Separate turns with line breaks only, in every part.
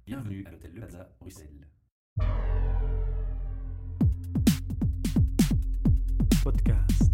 Bienvenue à l'hôtel Le Plaza, Bruxelles.
Podcast.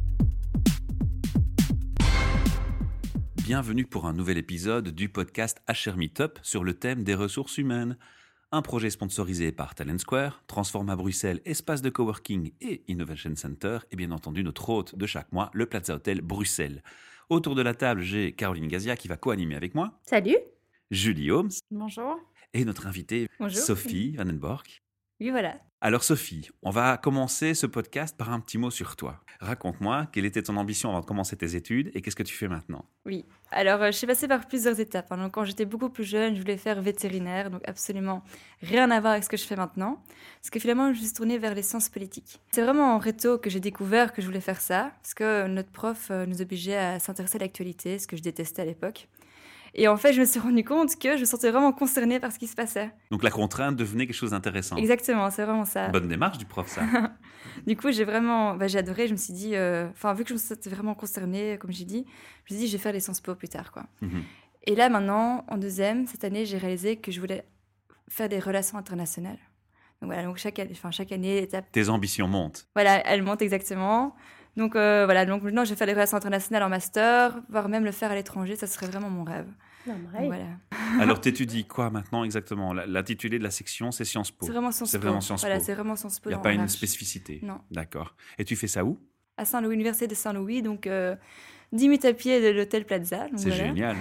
Bienvenue pour un nouvel épisode du podcast HR Meetup sur le thème des ressources humaines. Un projet sponsorisé par Talent Square, Transforma Bruxelles, espace de coworking et Innovation Center, et bien entendu notre hôte de chaque mois, le Plaza Hotel Bruxelles. Autour de la table, j'ai Caroline Gazia qui va co-animer avec moi,
Salut.
Julie Holmes
Bonjour.
et notre invitée
Bonjour.
Sophie Vandenborg.
Oui, voilà.
Alors Sophie, on va commencer ce podcast par un petit mot sur toi. Raconte-moi, quelle était ton ambition avant de commencer tes études et qu'est-ce que tu fais maintenant ?
Oui. Alors, je suis passée par plusieurs étapes. Donc, quand j'étais beaucoup plus jeune, je voulais faire vétérinaire, donc absolument rien à voir avec ce que je fais maintenant. Parce que finalement, je me suis tournée vers les sciences politiques. C'est vraiment en réto que j'ai découvert que je voulais faire ça, parce que notre prof nous obligeait à s'intéresser à l'actualité, ce que je détestais à l'époque. Et en fait, je me suis rendu compte que je me sentais vraiment concernée par ce qui se passait.
Donc la contrainte devenait quelque chose d'intéressant.
Exactement, c'est vraiment ça.
Bonne démarche du prof, ça.
Du coup, j'ai adoré. Je me suis dit, vu que je me sentais vraiment concernée, comme j'ai dit, je me suis dit, je vais faire les Sciences Po plus tard, quoi.
Mhm.
Et là, maintenant, en deuxième, cette année, j'ai réalisé que je voulais faire des relations internationales. Donc voilà, donc chaque année, étape.
Tes ambitions montent.
Voilà, elle monte exactement. Donc donc maintenant, je vais faire des relations internationales en master, voire même le faire à l'étranger. Ça serait vraiment mon rêve.
Non,
Donc voilà.
Alors t'étudies quoi maintenant exactement ? L'intitulé de la section, c'est Sciences Po.
C'est vraiment Sciences
C'est
Po.
vraiment Sciences
Voilà,
Po.
c'est vraiment Sciences Po.
Il n'y a
en
pas une
large.
spécificité.
Non.
D'accord. Et tu fais ça où ?
À Saint-Louis, Université de Saint-Louis, donc 10 minutes à pied de l'hôtel Plaza. Donc
C'est
voilà.
génial.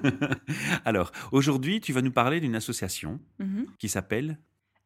Alors, aujourd'hui, tu vas nous parler d'une association
Mhm.
qui s'appelle...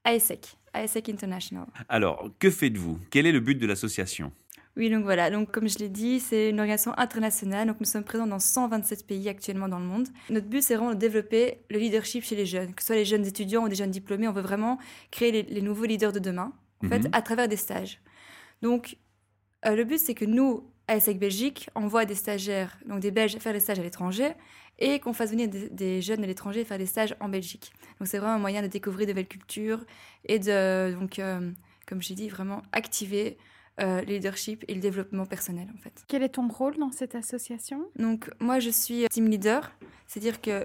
ASEC International.
Alors, que faites-vous ? Quel est le but de l'association ?
Oui, donc voilà. Donc, comme je l'ai dit, c'est une organisation internationale. Donc, nous sommes présents dans 127 pays actuellement dans le monde. Notre but, c'est vraiment de développer le leadership chez les jeunes, que ce soit les jeunes étudiants ou des jeunes diplômés. On veut vraiment créer les nouveaux leaders de demain, en fait, à travers des stages. Donc, le but, c'est que nous, ASEC Belgique, envoie des stagiaires, donc des Belges, faire des stages à l'étranger et qu'on fasse venir des jeunes de l'étranger faire des stages en Belgique. Donc, c'est vraiment un moyen de découvrir de nouvelles cultures et de, donc, comme j'ai dit, vraiment activer le leadership et le développement personnel, en fait.
Quel est ton rôle dans cette association ?
Donc, moi, je suis team leader, c'est-à-dire que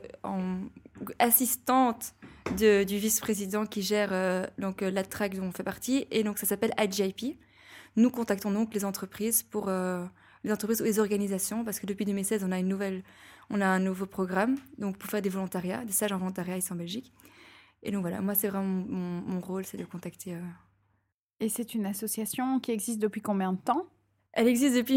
assistante du vice-président qui gère la track dont on fait partie, et donc ça s'appelle IGIP. Nous contactons donc les entreprises ou les organisations, parce que depuis 2016, on a un nouveau programme, donc pour faire des volontariats, des stages en volontariat ici en Belgique. Et donc voilà, moi, c'est vraiment mon rôle, c'est de contacter.
Et c'est une association qui existe depuis combien de temps ?
Elle existe depuis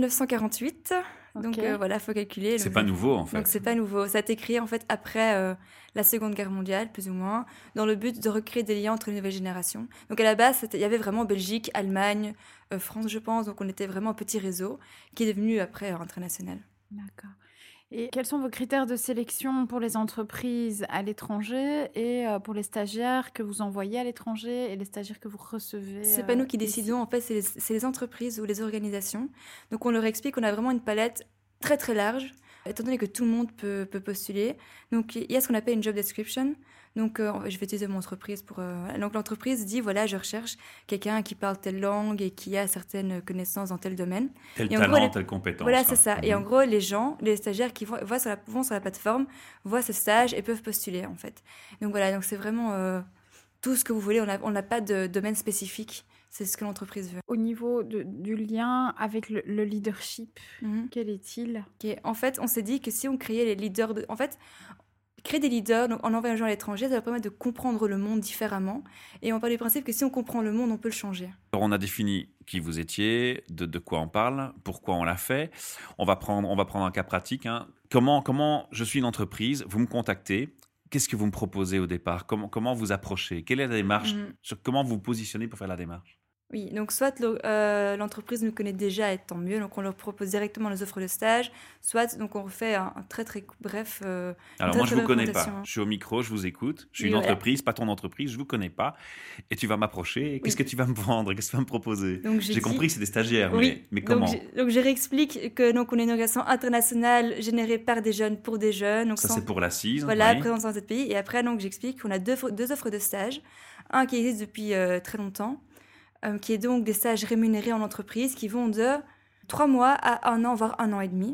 1948, donc
Ok.
voilà, faut calculer.
C'est
Donc,
pas nouveau, en fait.
Donc c'est pas nouveau. Ça a été créé en fait après la Seconde Guerre mondiale, plus ou moins, dans le but de recréer des liens entre les nouvelles générations. Donc à la base, il y avait vraiment Belgique, Allemagne, France, je pense. Donc on était vraiment un petit réseau qui est devenu après international.
D'accord. Et quels sont vos critères de sélection pour les entreprises à l'étranger et pour les stagiaires que vous envoyez à l'étranger et les stagiaires que vous recevez
C'est pas nous qui
ici ?
décidons, en fait, c'est les entreprises ou les organisations. Donc on leur explique qu'on a vraiment une palette très très large, étant donné que tout le monde peut postuler. Donc il y a ce qu'on appelle une job description. Donc je vais utiliser mon entreprise pour... Donc l'entreprise dit, voilà, je recherche quelqu'un qui parle telle langue et qui a certaines connaissances dans tel domaine.
Tel
Et en
talent,
gros,
telle compétence.
Voilà,
quoi.
c'est ça. Et en gros, les stagiaires qui vont sur la plateforme, voient ce stage et peuvent postuler, en fait. Donc voilà, donc c'est vraiment tout ce que vous voulez. On n'a pas de domaine spécifique. C'est ce que l'entreprise veut.
Au niveau du lien avec le leadership,
Mhm.
quel est-il ?
Ok. En fait, on s'est dit que si on créait les leaders... En fait, créer des leaders donc, en envoyant les gens à l'étranger, ça va permettre de comprendre le monde différemment. Et on part du principe que si on comprend le monde, on peut le changer.
Alors, on a défini qui vous étiez, de quoi on parle, pourquoi on l'a fait. On va prendre un cas pratique. Hein. Comment je suis une entreprise, vous me contactez, qu'est-ce que vous me proposez au départ ? Comment vous approchez ? Quelle est la démarche ? Comment vous vous positionnez pour faire la démarche ?
Oui, donc soit l'entreprise nous connaît déjà et tant mieux, donc on leur propose directement les offres de stage, soit donc on refait un très très bref...
Alors
très,
moi, je
très
ne vous connais
présentation.
pas. Je suis au micro, je vous écoute. Je suis
Oui,
une
voilà.
entreprise, pas ton entreprise, je ne vous connais pas. Et tu vas m'approcher. Qu'est-ce que tu vas me vendre ? Qu'est-ce que tu vas me proposer ?
Donc,
J'ai compris que c'est des stagiaires,
Oui,
mais comment ?
donc je réexplique que donc on est une organisation internationale générée par des jeunes pour des jeunes. Donc
Ça,
sans-
c'est pour l'assise.
Voilà,
oui.
présente dans cette pays. Et après, donc j'explique qu'on a deux offres de stage. Un qui existe depuis très longtemps, qui est donc des stages rémunérés en entreprise qui vont de 3 mois à 1 an, voire 1 an et demi.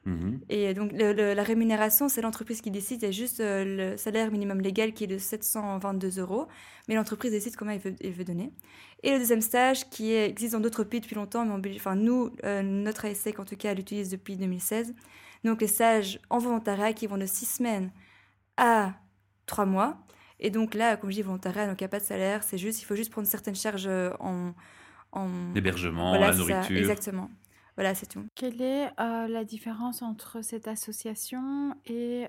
Mhm.
Et donc, la rémunération, c'est l'entreprise qui décide. C'est juste le salaire minimum légal qui est de 722 €. Mais l'entreprise décide comment elle veut donner. Et le deuxième stage qui existe dans d'autres pays depuis longtemps, mais nous, notre ASEC en tout cas, l'utilise depuis 2016. Donc, les stages en volontariat qui vont de 6 semaines à 3 mois. Et donc là, comme je dis, volontariat, donc il n'y a pas de salaire. Il faut juste prendre certaines charges en
L'hébergement,
voilà,
la
c'est ça,
nourriture.
exactement. Voilà, c'est tout.
Quelle est la différence entre cette association et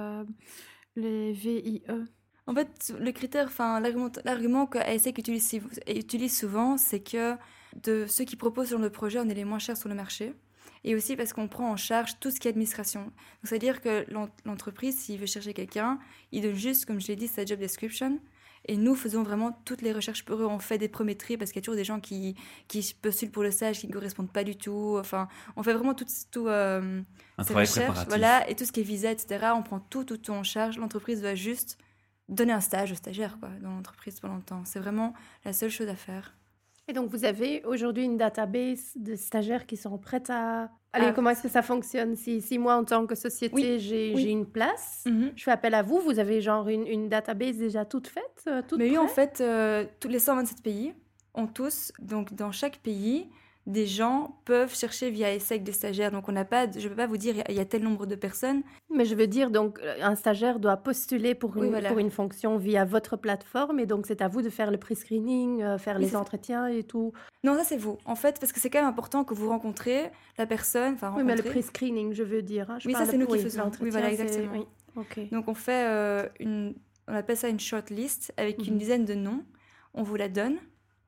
les VIE?
En fait, le critère, l'argument que ASEC utilise souvent, c'est que de ceux qui proposent sur le projet, on est les moins chers sur le marché. Et aussi parce qu'on prend en charge tout ce qui est administration. Donc, c'est-à-dire que l'entreprise, s'il veut chercher quelqu'un, il donne juste, comme je l'ai dit, sa job description. Et nous faisons vraiment toutes les recherches pour eux. On fait des premiers tris parce qu'il y a toujours des gens qui postulent pour le stage qui ne correspondent pas du tout. Enfin, on fait vraiment tout ces
travail
recherches.
préparatif.
Voilà, et tout ce qui est visa, etc. On prend tout en charge. L'entreprise doit juste donner un stage au stagiaire dans l'entreprise pendant le temps. C'est vraiment la seule chose à faire.
Et donc, vous avez aujourd'hui une database de stagiaires qui sont prêtes à... Allez, comment est-ce que ça fonctionne? Si moi, en tant que société, j'ai une place, je fais appel à vous, vous avez genre une database déjà toute faite, toute
Mais oui,
prête?
en fait, tous les 127 pays ont tous, donc dans chaque pays, des gens peuvent chercher via ASEC des stagiaires. Donc, je ne peux pas vous dire il y a tel nombre de personnes.
Mais je veux dire, donc, un stagiaire doit postuler pour
Oui, voilà.
une fonction via votre plateforme, et donc c'est à vous de faire le pre-screening, faire les entretiens et tout.
Non, ça c'est vous. En fait, parce que c'est quand même important que vous rencontrez la personne.
Oui, mais le pre-screening, je veux dire. Hein,
oui, ça c'est nous qui faisons. Oui, voilà, exactement.
Oui. Okay.
Donc, on fait on appelle ça une shortlist avec une dizaine de noms. On vous la donne.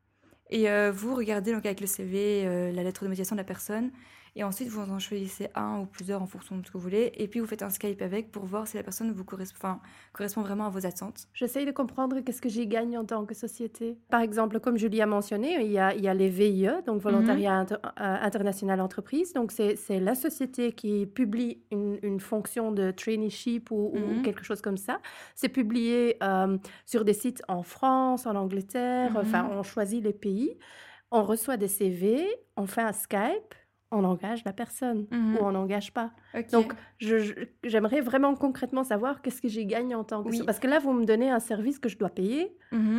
Et vous regardez donc avec le CV, la lettre de motivation de la personne. Et ensuite, vous en choisissez un ou plusieurs en fonction de ce que vous voulez. Et puis, vous faites un Skype avec pour voir si la personne vous correspond vraiment à vos attentes.
J'essaye de comprendre qu'est-ce que j'y gagne en tant que société. Par exemple, comme Julie a mentionné, il y a les VIE, donc Volontariat International Entreprise. Donc, c'est la société qui publie une fonction de traineeship ou quelque chose comme ça. C'est publié sur des sites en France, en Angleterre. Enfin, on choisit les pays. On reçoit des CV, on fait un Skype. On engage la personne ou on n'engage pas.
Okay.
Donc, j'aimerais vraiment concrètement savoir qu'est-ce que j'y gagne en tant que... Parce que là, vous me donnez un service que je dois payer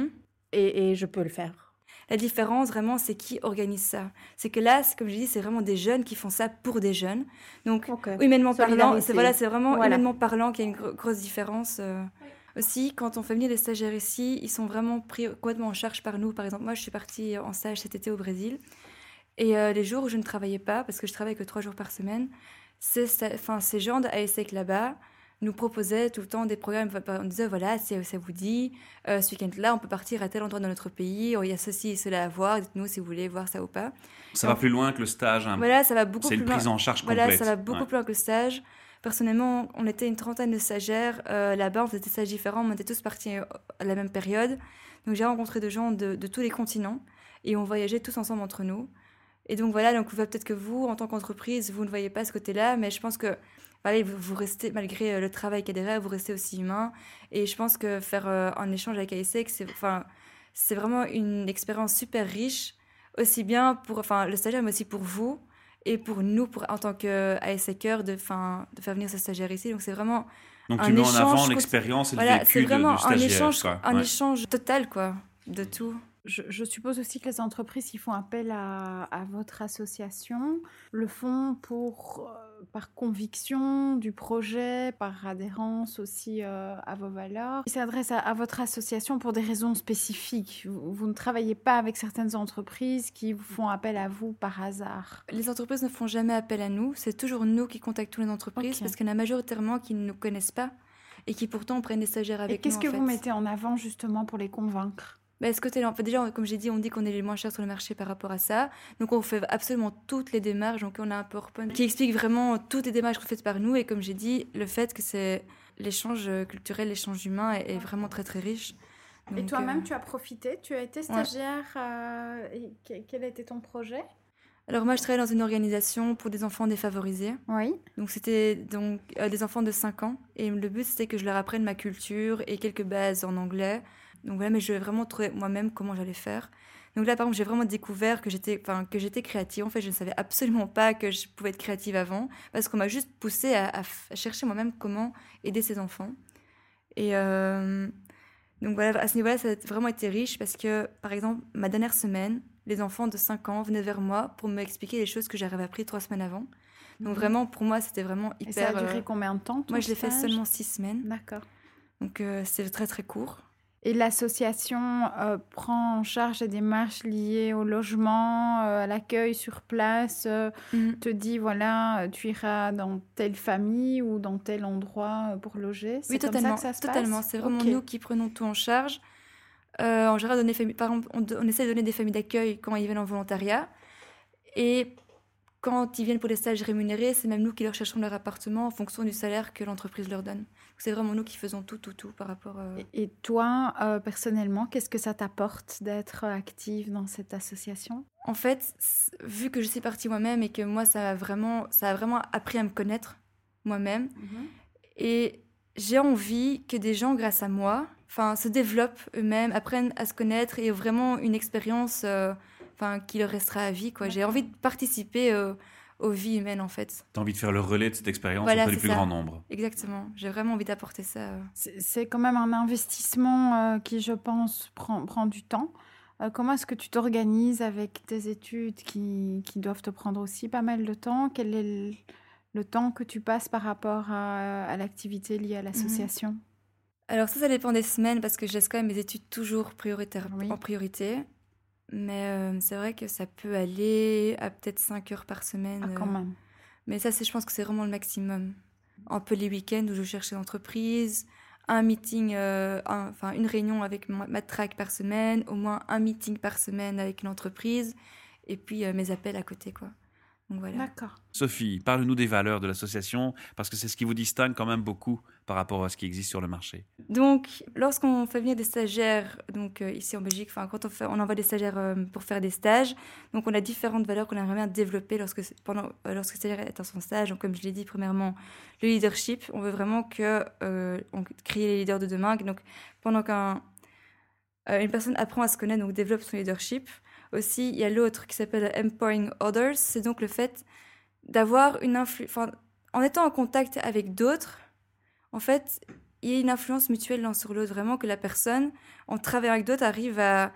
et je peux le faire.
La différence, vraiment, c'est qui organise ça. C'est que là, comme je dis, c'est vraiment des jeunes qui font ça pour des jeunes. Donc, humainement parlant, c'est vraiment humainement parlant qu'il y a une grosse différence. Aussi, quand on fait venir des stagiaires ici, ils sont vraiment pris complètement en charge par nous. Par exemple, moi, je suis partie en stage cet été au Brésil. Et les jours où je ne travaillais pas, parce que je travaille que 3 jours par semaine, ces gens de ASEC là-bas nous proposaient tout le temps des programmes. On disait, voilà, si ça vous dit, ce week-end-là, on peut partir à tel endroit dans notre pays, il y a ceci et cela à voir, dites-nous si vous voulez voir ça ou pas.
Ça va plus loin que le stage. Hein.
Voilà, ça va beaucoup plus loin.
C'est une prise en charge complète.
Voilà, ça va beaucoup plus loin que le stage. Personnellement, on était une trentaine de stagiaires là-bas, on faisait des stages différents, on était tous partis à la même période. Donc j'ai rencontré des gens de tous les continents et on voyageait tous ensemble entre nous. Et donc voilà, donc peut-être que vous, en tant qu'entreprise, vous ne voyez pas ce côté-là, mais je pense que voilà, vous restez, malgré le travail qu'il y a derrière, vous restez aussi humain. Et je pense que faire un échange avec ASEC, c'est vraiment une expérience super riche, aussi bien pour le stagiaire, mais aussi pour vous et pour nous, en tant qu'ASECers, de faire venir ce stagiaire ici. Donc c'est vraiment
donc tu mets en avant l'expérience et le vécu du stagiaire.
C'est vraiment un échange total, quoi, de tout.
Je suppose aussi que les entreprises qui font appel à votre association le font par conviction du projet, par adhérence aussi à vos valeurs. Ils s'adressent à votre association pour des raisons spécifiques. Vous ne travaillez pas avec certaines entreprises qui vous font appel à vous par hasard.
Les entreprises ne font jamais appel à nous. C'est toujours nous qui contactons les entreprises parce qu'il y en a majoritairement qui ne nous connaissent pas et qui pourtant prennent des stagiaires avec nous.
Et qu'est-ce que vous mettez en avant justement pour les convaincre ?
Ce côté-là, déjà, comme j'ai dit, on dit qu'on est les moins chers sur le marché par rapport à ça. Donc, on fait absolument toutes les démarches. Donc, on a un PowerPoint qui explique vraiment toutes les démarches faites par nous. Et comme j'ai dit, le fait que c'est l'échange culturel, l'échange humain est vraiment très, très riche.
Donc, et toi-même, tu as profité. Tu as été stagiaire. Quel était ton projet ?
Alors, moi, je travaillais dans une organisation pour des enfants défavorisés.
Oui.
Donc, c'était des enfants de 5 ans. Et le but, c'était que je leur apprenne ma culture et quelques bases en anglais. Donc voilà, mais je vais vraiment trouver moi-même comment j'allais faire. Donc là, par exemple, j'ai vraiment découvert que j'étais créative. En fait, je ne savais absolument pas que je pouvais être créative avant, parce qu'on m'a juste poussée à chercher moi-même comment aider ces enfants. Et donc voilà, à ce niveau-là, ça a vraiment été riche, parce que, par exemple, ma dernière semaine, les enfants de 5 ans venaient vers moi pour m'expliquer les choses que j'avais appris 3 semaines avant. Donc vraiment, pour moi, c'était vraiment hyper...
Et ça a duré combien de temps, ton
Moi, je l'ai fait
stage?
seulement 6 semaines.
D'accord.
Donc c'est très, très court.
Et l'association prend en charge les démarches liées au logement, à l'accueil sur place, te dit, voilà, tu iras dans telle famille ou dans tel endroit pour loger. C'est
Oui,
comme
totalement.
ça que ça se
Totalement.
passe?
C'est vraiment
Ok.
nous qui prenons tout en charge. En général, par exemple, on essaie de donner des familles d'accueil quand ils viennent en volontariat. Et quand ils viennent pour des stages rémunérés, c'est même nous qui leur cherchons leur appartement en fonction du salaire que l'entreprise leur donne. Donc, c'est vraiment nous qui faisons tout par rapport...
Et toi, personnellement, qu'est-ce que ça t'apporte d'être active dans cette association?
En fait, vu que je suis partie moi-même et que moi, ça a vraiment appris à me connaître moi-même. Et j'ai envie que des gens, grâce à moi, se développent eux-mêmes, apprennent à se connaître et aient vraiment une expérience qui leur restera à vie, quoi. J'ai envie de participer aux vies humaines, en fait.
Tu as envie de faire le relais de cette expérience
Voilà,
auprès du
c'est
plus
ça.
grand nombre.
Exactement. J'ai vraiment envie d'apporter ça.
C'est quand même un investissement qui, je pense, prend du temps. Comment est-ce que tu t'organises avec tes études qui doivent te prendre aussi pas mal de temps? Quel est le temps que tu passes par rapport à l'activité liée à l'association?
Alors ça dépend des semaines, parce que je laisse quand même mes études toujours
Oui.
en priorité. Mais c'est vrai que ça peut aller à peut-être 5 heures par semaine.
Ah, quand même.
Mais ça, je pense que c'est vraiment le maximum. Un peu les week-ends où je cherche l'entreprise, un meeting, une réunion avec ma track par semaine, au moins un meeting par semaine avec l'entreprise, et puis mes appels à côté, quoi. Donc voilà.
D'accord.
Sophie, parle-nous des valeurs de l'association, parce que c'est ce qui vous distingue quand même beaucoup par rapport à ce qui existe sur le marché.
Donc, lorsqu'on fait venir des stagiaires, donc ici en Belgique, quand on envoie des stagiaires pour faire des stages, donc on a différentes valeurs qu'on aimerait bien développer lorsque le stagiaire est en son stage. Donc, comme je l'ai dit, premièrement, le leadership. On veut vraiment on crée les leaders de demain. Donc, pendant une personne apprend à se connaître, donc développe son leadership. Aussi, il y a l'autre qui s'appelle Empowering Others. C'est donc le fait d'avoir une influence... En étant en contact avec d'autres, en fait, il y a une influence mutuelle l'un sur l'autre. Vraiment que la personne, en travaillant avec d'autres, arrive à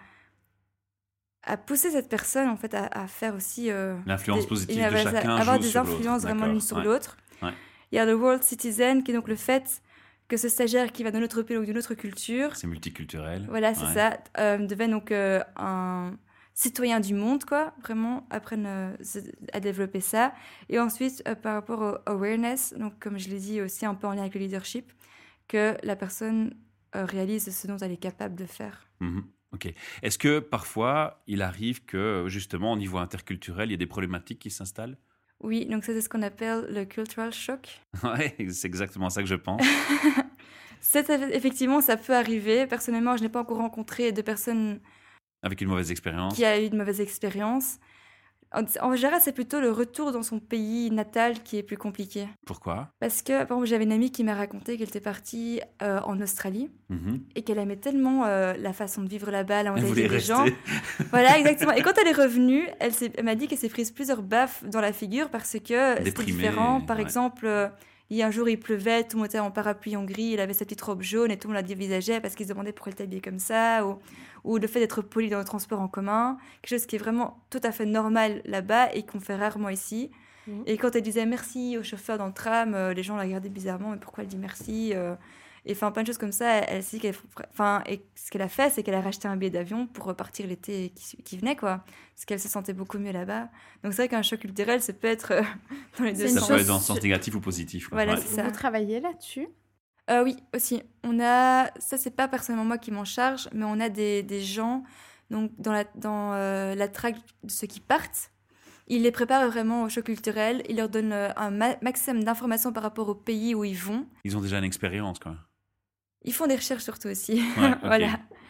pousser cette personne, en fait, à faire aussi...
L'influence positive de chacun
avoir
joue
des
sur
influences
l'autre.
vraiment l'une sur l'autre.
Ouais.
Il y a le World Citizen, qui est donc le fait que ce stagiaire qui va d'un autre pays ou d'une autre culture...
C'est multiculturel.
Voilà, c'est ça. Devienne donc un... citoyens du monde, quoi, vraiment apprennent à développer ça. Et ensuite, par rapport au awareness, donc comme je l'ai dit aussi un peu en lien avec le leadership, que la personne réalise ce dont elle est capable de faire.
Ok. Est-ce que parfois, il arrive que, justement, au niveau interculturel, il y a des problématiques qui s'installent?
Oui, donc ça, c'est ce qu'on appelle le cultural shock.
Ouais, c'est exactement ça que je pense.
Effectivement, ça peut arriver. Personnellement, je n'ai pas encore rencontré de personnes
Avec une mauvaise expérience.
qui a eu une mauvaise expérience. En général, c'est plutôt le retour dans son pays natal qui est plus compliqué.
Pourquoi?
Parce que, par exemple, j'avais une amie qui m'a raconté qu'elle était partie en Australie
Mhm.
et qu'elle aimait tellement la façon de vivre là-bas, la
Elle
mentalité
voulait
des gens.
rester.
Voilà, exactement. Et quand elle est revenue, elle m'a dit qu'elle s'est prise plusieurs baffes dans la figure parce que c'était
Déprimée,
différent. Par
ouais.
exemple, il y a un jour, il pleuvait, tout le monde était en parapluie en gris, il avait sa petite robe jaune et tout le monde la dévisageait parce qu'ils se demandaient pourquoi elle était habillée comme ça, ou le fait d'être poli dans le transport en commun, quelque chose qui est vraiment tout à fait normal là-bas et qu'on fait rarement ici. Et quand elle disait merci au chauffeur dans le tram, les gens la regardaient bizarrement, mais pourquoi elle dit merci Et enfin, plein de choses comme ça. Elle s'est dit et ce qu'elle a fait, c'est qu'elle a racheté un billet d'avion pour repartir l'été qui venait, quoi. Parce qu'elle se sentait beaucoup mieux là-bas. Donc c'est vrai qu'un choc culturel, ça peut être dans les deux
Ça
sens.
peut être dans le sens négatif ou positif. Quoi.
Voilà,
Ouais.
c'est ça.
Vous travaillez là-dessus?
Oui, aussi. Ça, c'est pas personnellement moi qui m'en charge, mais on a des gens donc, dans la traque de ceux qui partent. Ils les préparent vraiment au choc culturel. Ils leur donnent un maximum d'informations par rapport au pays où ils vont.
Ils ont déjà une expérience, quoi.
Ils font des recherches surtout aussi.
Ouais, ok.
Voilà.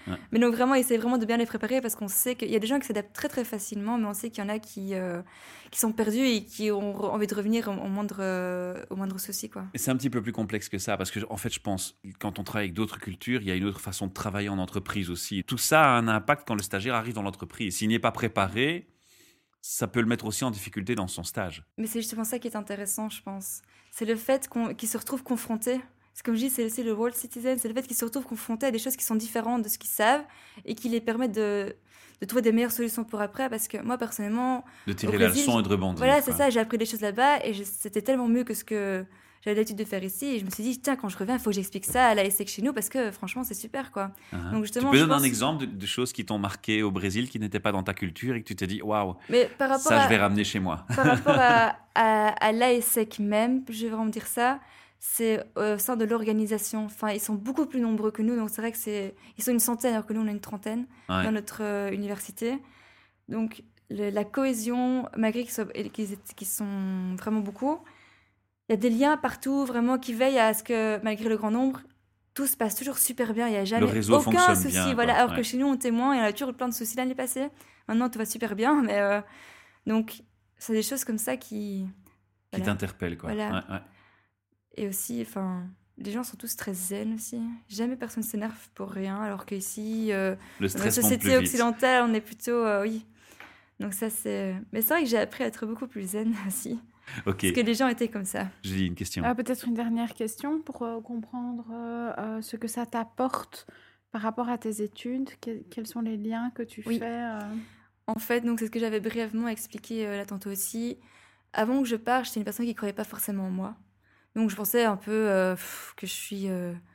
Ouais.
Mais donc vraiment, essayer vraiment de bien les préparer parce qu'on sait qu'il y a des gens qui s'adaptent très très facilement, mais on sait qu'il y en a qui sont perdus et qui ont envie de revenir au moindre souci, quoi.
Et c'est un petit peu plus complexe que ça, parce que en fait, je pense, quand on travaille avec d'autres cultures, il y a une autre façon de travailler en entreprise aussi. Tout ça a un impact quand le stagiaire arrive dans l'entreprise. S'il n'y est pas préparé, ça peut le mettre aussi en difficulté dans son stage.
Mais c'est justement ça qui est intéressant, je pense. C'est le fait qu'ils se retrouvent confrontés. C'est comme je dis, c'est aussi le world citizen, c'est le fait qu'ils se retrouvent confrontés à des choses qui sont différentes de ce qu'ils savent et qui les permettent de trouver des meilleures solutions pour après. Parce que moi, personnellement,
De
au
tirer la
Brésil,
leçon et de rebondir.
voilà, c'est
quoi.
ça, j'ai appris des choses là-bas et c'était tellement mieux que ce que j'avais l'habitude de faire ici. Et je me suis dit, tiens, quand je reviens, il faut que j'explique ça à la ESSEC chez nous parce que franchement, c'est super, quoi.
Uh-huh.
Donc
Tu
justement,
peux
je
donner un
pense-
exemple de choses qui t'ont marqué au Brésil, qui n'étaient pas dans ta culture et que tu t'es dit, waouh,
Mais par rapport
ça
à...
je vais ramener chez moi.
Par rapport à l'AESSEC même, je vais vraiment dire ça, c'est au sein de l'organisation. Enfin, ils sont beaucoup plus nombreux que nous, donc c'est vrai que ils sont une centaine alors que nous on est une trentaine
Ouais.
dans notre université. Donc la cohésion, malgré qu'ils sont vraiment beaucoup, il y a des liens partout vraiment qui veillent à ce que malgré le grand nombre, tout se passe toujours super bien. Il n'y a jamais
réseau
aucun
fonctionne
souci.
bien,
Voilà,
quoi.
alors
Ouais.
que chez nous on témoigne, il y a toujours plein de soucis l'année passée. Maintenant tout va super bien, mais donc c'est des choses comme ça qui
Qui
voilà.
t'interpellent, quoi.
Voilà.
Ouais, ouais.
Et aussi, enfin, les gens sont tous très zen aussi. Jamais personne s'énerve pour rien, alors qu'ici,
Le
dans la
stress monte
société
plus vite.
occidentale, on est plutôt, oui. Donc ça, c'est... Mais c'est vrai que j'ai appris à être beaucoup plus zen aussi.
Ok,
Parce que les gens étaient comme ça.
j'ai une question.
Peut-être une dernière question pour comprendre ce que ça t'apporte par rapport à tes études. Quels sont les liens que tu
Oui.
fais
En fait, donc c'est ce que j'avais brièvement expliqué là tantôt aussi. Avant que je parte, j'étais une personne qui ne croyait pas forcément en moi. Donc je pensais un peu que je suis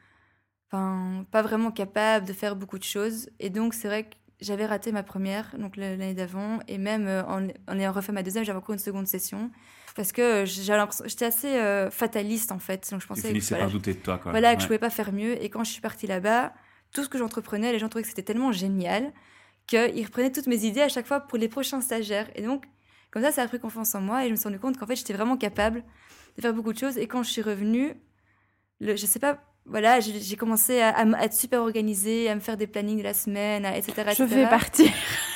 pas vraiment capable de faire beaucoup de choses. Et donc c'est vrai que j'avais raté ma première, donc l'année d'avant, et même en ayant refait ma deuxième, j'avais encore une seconde session. Parce que j'avais l'impression, j'étais assez fataliste en fait. Donc je
Tu
pensais
finissais
voilà,
par douter de toi, quoi.
voilà, que
Ouais.
je pouvais pas faire mieux. Et quand je suis partie là-bas, tout ce que j'entreprenais, les gens trouvaient que c'était tellement génial qu'ils reprenaient toutes mes idées à chaque fois pour les prochains stagiaires. Et donc, comme ça a pris confiance en moi et je me suis rendu compte qu'en fait, j'étais vraiment capable de faire beaucoup de choses. Et quand je suis revenue, je sais pas, voilà, j'ai commencé à être super organisée, à me faire des plannings de la semaine, etc.
Je vais partir.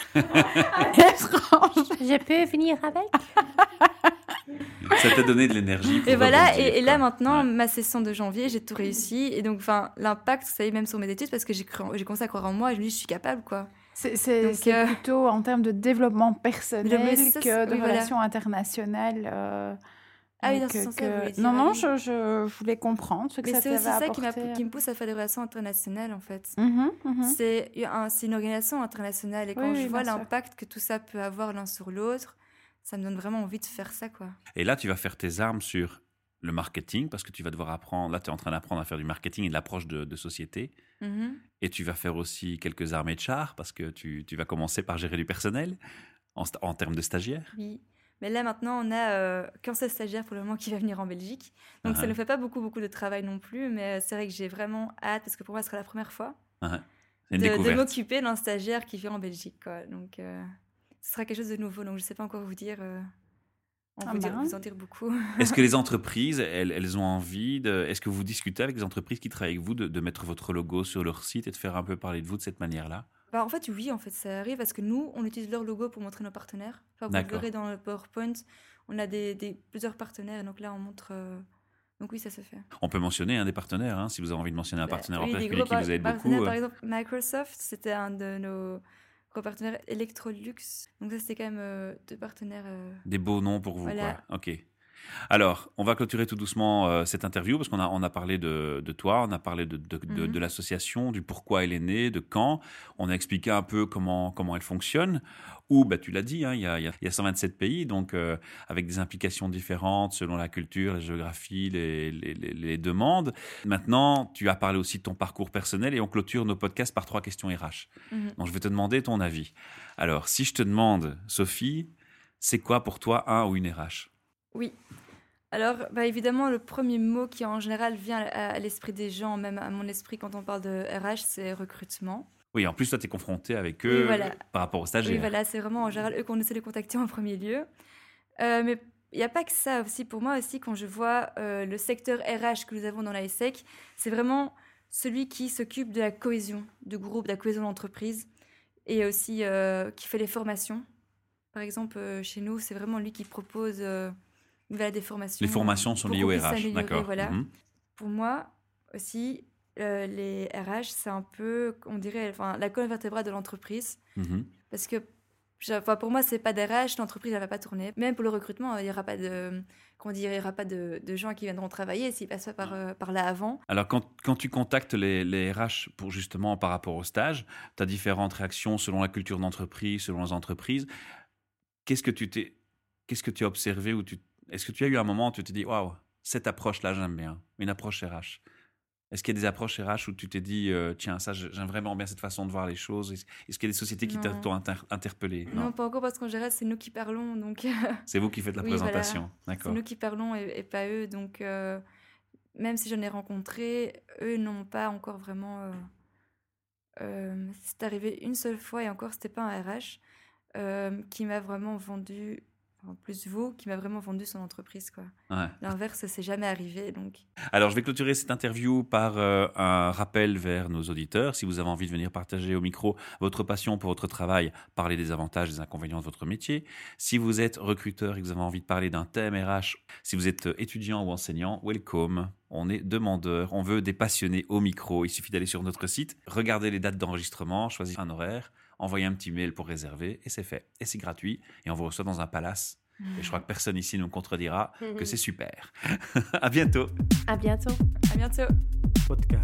Étrange.
Je peux venir avec?
Ça t'a donné de l'énergie pour
Et voilà,
rebondir,
et là
quoi.
maintenant,
Ouais.
ma session de janvier, j'ai tout réussi. Et donc, l'impact, ça y est, même sur mes études, parce que j'ai commencé à croire en moi et je me dis, je suis capable, quoi.
C'est
Donc,
plutôt en termes de développement personnel
Mais
que de
oui, voilà.
relations internationales.
Ah oui, dans
donc,
ce sens-là, vous voulez dire,
Non,
ah
non,
oui.
je voulais comprendre ce que
Mais
ça
c'est
t'avait
aussi ça
apporté.
qui me pousse à faire des relations internationales, en fait.
Mhm, mhm.
C'est une organisation internationale et quand
Oui,
je
oui,
vois
bien sûr.
l'impact que tout ça peut avoir l'un sur l'autre, ça me donne vraiment envie de faire ça, quoi.
Et là, tu vas faire tes armes sur le marketing, parce que tu vas devoir apprendre. Là, tu es en train d'apprendre à faire du marketing et de l'approche de société.
Mhm.
Et tu vas faire aussi quelques armes HR, parce que tu vas commencer par gérer du personnel en termes de stagiaires.
Oui. Mais là, maintenant, on a qu'un seul stagiaire pour le moment qui va venir en Belgique. Donc, ça
Uh-huh.
ne fait pas beaucoup de travail non plus. Mais c'est vrai que j'ai vraiment hâte, parce que pour moi, ce sera la première fois,
Uh-huh. C'est une
de
découverte.
m'occuper d'un stagiaire qui vient en Belgique, quoi. Donc, ce sera quelque chose de nouveau. Donc, je ne sais pas encore vous dire, vous en dire beaucoup.
Est-ce que les entreprises, elles ont envie de... Est-ce que vous discutez avec les entreprises qui travaillent avec vous de mettre votre logo sur leur site et de faire un peu parler de vous de cette manière-là?
En fait, oui, ça arrive parce que nous, on utilise leur logo pour montrer nos partenaires. Enfin, vous le
D'accord.
verrez dans le PowerPoint, on a plusieurs partenaires, et donc là, on montre... Donc oui, ça se fait.
On peut mentionner des partenaires, hein, si vous avez envie de mentionner un partenaire en
oui, des
particulier
gros
qui vous aide
partenaires,
beaucoup.
par exemple, Microsoft, c'était un de nos gros partenaires, Electrolux. Donc ça, c'était quand même deux partenaires...
Des beaux noms pour vous,
Voilà.
quoi. Ok. Alors, on va clôturer tout doucement cette interview parce on a parlé de toi, on a parlé de l'association, du pourquoi elle est née, de quand. On a expliqué un peu comment elle fonctionne. Où, tu l'as dit, hein, il y a 127 pays, donc avec des implications différentes selon la culture, la géographie, les demandes. Maintenant, tu as parlé aussi de ton parcours personnel et on clôture nos podcasts par 3 questions RH.
Mhm.
Donc, je vais te demander ton avis. Alors, si je te demande, Sophie, c'est quoi pour toi un ou une RH?
Oui. Alors, évidemment, le premier mot qui en général vient à l'esprit des gens, même à mon esprit quand on parle de RH, c'est recrutement.
Oui, en plus, toi, tu es confronté avec eux
Oui, voilà.
par rapport aux stagiaires.
Oui, voilà, c'est vraiment en général eux qu'on essaie de contacter en premier lieu. Mais il n'y a pas que ça aussi. Pour moi aussi, quand je vois le secteur RH que nous avons dans la ESSEC, c'est vraiment celui qui s'occupe de la cohésion du groupe, de la cohésion de l'entreprise et aussi qui fait les formations. Par exemple, chez nous, c'est vraiment lui qui propose des formations.
Les formations sont liées au RH, d'accord.
Voilà. Pour moi aussi, les RH, c'est un peu, on dirait, la colonne vertébrale de l'entreprise. Parce que pour moi, c'est pas d'RH, l'entreprise ne va pas tourner. Même pour le recrutement, il n'y aura pas de gens qui viendront travailler s'ils ne passent pas par là avant.
Alors, quand tu contactes les RH pour justement par rapport au stage, tu as différentes réactions selon la culture d'entreprise, selon les entreprises. Qu'est-ce que tu as observé est-ce que tu as eu un moment où tu t'es dit « Waouh, cette approche-là, j'aime bien, une approche RH ». Est-ce qu'il y a des approches RH où tu t'es dit « Tiens, ça, j'aime vraiment bien cette façon de voir les choses ». Est-ce qu'il y a des sociétés qui t'ont interpellé?
Non, pas encore, parce qu'en général, c'est nous qui parlons. Donc...
C'est vous qui faites la présentation,
voilà.
D'accord.
C'est nous qui parlons et pas eux. Donc, même si j'en ai rencontré, eux n'ont pas encore vraiment... c'est arrivé une seule fois, et encore, c'était pas un RH, qui m'a vraiment vendu... En plus, qui m'a vraiment vendu son entreprise, quoi.
Ouais.
L'inverse, c'est jamais arrivé, donc.
Alors, je vais clôturer cette interview par un rappel vers nos auditeurs. Si vous avez envie de venir partager au micro votre passion pour votre travail, parler des avantages et des inconvénients de votre métier. Si vous êtes recruteur et que vous avez envie de parler d'un thème RH, si vous êtes étudiant ou enseignant, welcome. On est demandeur, on veut des passionnés au micro. Il suffit d'aller sur notre site, regarder les dates d'enregistrement, choisir un horaire, envoyer un petit mail pour réserver et c'est fait. Et c'est gratuit et on vous reçoit dans un palace. Et je crois que personne ici ne nous contredira que c'est super. À bientôt.
À bientôt.
À bientôt.
Podcast.